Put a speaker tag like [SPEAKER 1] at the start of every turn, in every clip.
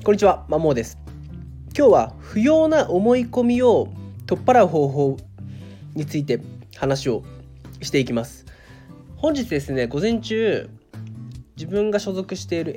[SPEAKER 1] こんにちは、マモーです。今日は不要な思い込みを取っ払う方法について話をしていきます。本日ですね、午前中自分が所属している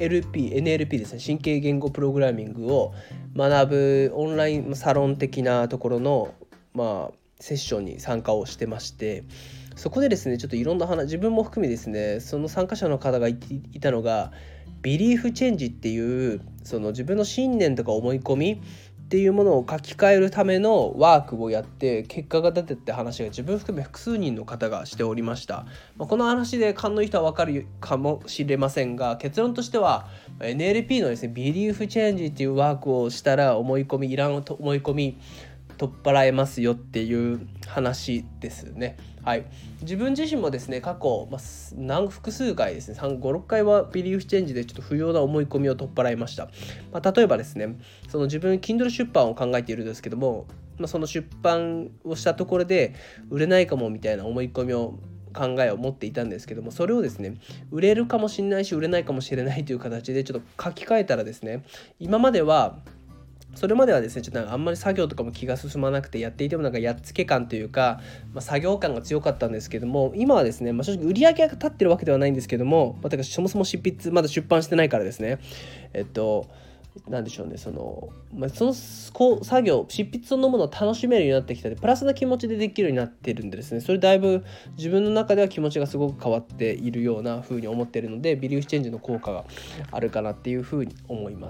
[SPEAKER 1] NLP ですね、神経言語プログラミングを学ぶオンラインサロン的なところのセッションに参加をしてまして、そこでですねちょっといろんな話、自分も含めですね、その参加者の方がいたのがビリーフチェンジっていう、その自分の信念とか思い込みっていうものを書き換えるためのワークをやって結果が出てって話が自分含め複数人の方がしておりました。この話で勘のいい人は分かるかもしれませんが、結論としては NLP のですねビリーフチェンジっていうワークをしたら思い込み、いらん思い込み取っ払えますよっていう話ですね。はい、自分自身もですね過去、複数回ですね5、6回はビリーフチェンジでちょっと不要な思い込みを取っ払いました。例えばですね、その自分 Kindle 出版を考えているんですけども、その出版をしたところで売れないかもみたいな思い込みを考えを持っていたんですけども、それをですね売れるかもしれないし売れないかもしれないという形でちょっと書き換えたらですね、それまではですねちょっとあんまり作業とかも気が進まなくて、やっていてもやっつけ感というか、作業感が強かったんですけども、今はですね、正直売り上げが立ってるわけではないんですけども、そもそも執筆まだ出版してないからですね、なんでしょうね、その作業執筆そのものを楽しめるようになってきたで、プラスな気持ちでできるようになってるんでですね、それだいぶ自分の中では気持ちがすごく変わっているような風に思っているので、ビリーフチェンジの効果があるかなっていう風に思います。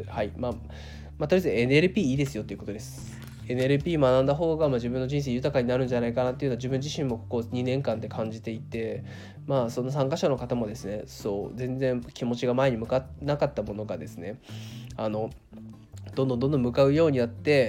[SPEAKER 1] はい、とりあえず NLP いいですよということです。NLP 学んだ方が自分の人生豊かになるんじゃないかなっていうのは自分自身もここ2年間で感じていて、その参加者の方もですね、全然気持ちが前に向かなかったものがですね、どんどん向かうようになって、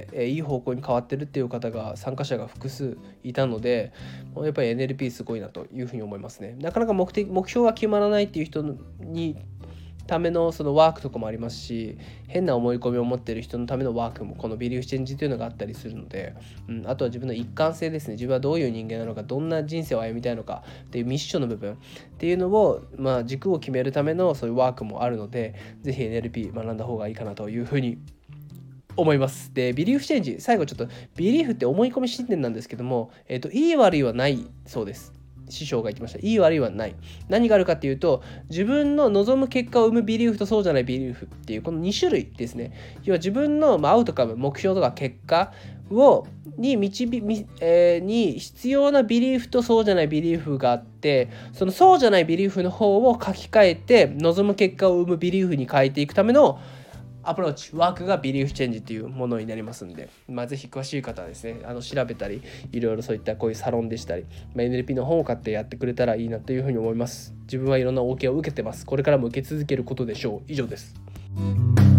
[SPEAKER 1] いい方向に変わってるっていう参加者が複数いたので、やっぱり NLP すごいなというふうに思いますね。なかなか目標が決まらないっていう人にためのそのワークとかもありますし、変な思い込みを持っている人のためのワークもこのビリーフチェンジというのがあったりするので、あとは自分の一貫性ですね。自分はどういう人間なのか、どんな人生を歩みたいのかっていうミッションの部分っていうのを、軸を決めるためのそういうワークもあるので、ぜひ NLP 学んだ方がいいかなというふうに思います。で、ビリーフチェンジ、最後ちょっとビリーフって思い込み信念なんですけども、いい悪いはないそうです。師匠が言ってました。いい悪いはない。何があるかっていうと、自分の望む結果を生むビリーフとそうじゃないビリーフっていうこの2種類ですね。要は自分のアウトカム、目標とか結果に必要なビリーフとそうじゃないビリーフがあって、そのそうじゃないビリーフの方を書き換えて望む結果を生むビリーフに変えていくためのアプローチ、ワークがビリーフチェンジっていうものになりますんで、ぜひ詳しい方はですね、調べたり、いろいろそういったこういうサロンでしたり、NLP の本を買ってやってくれたらいいなというふうに思います。自分はいろんな恩恵を受けてます。これからも受け続けることでしょう。以上です。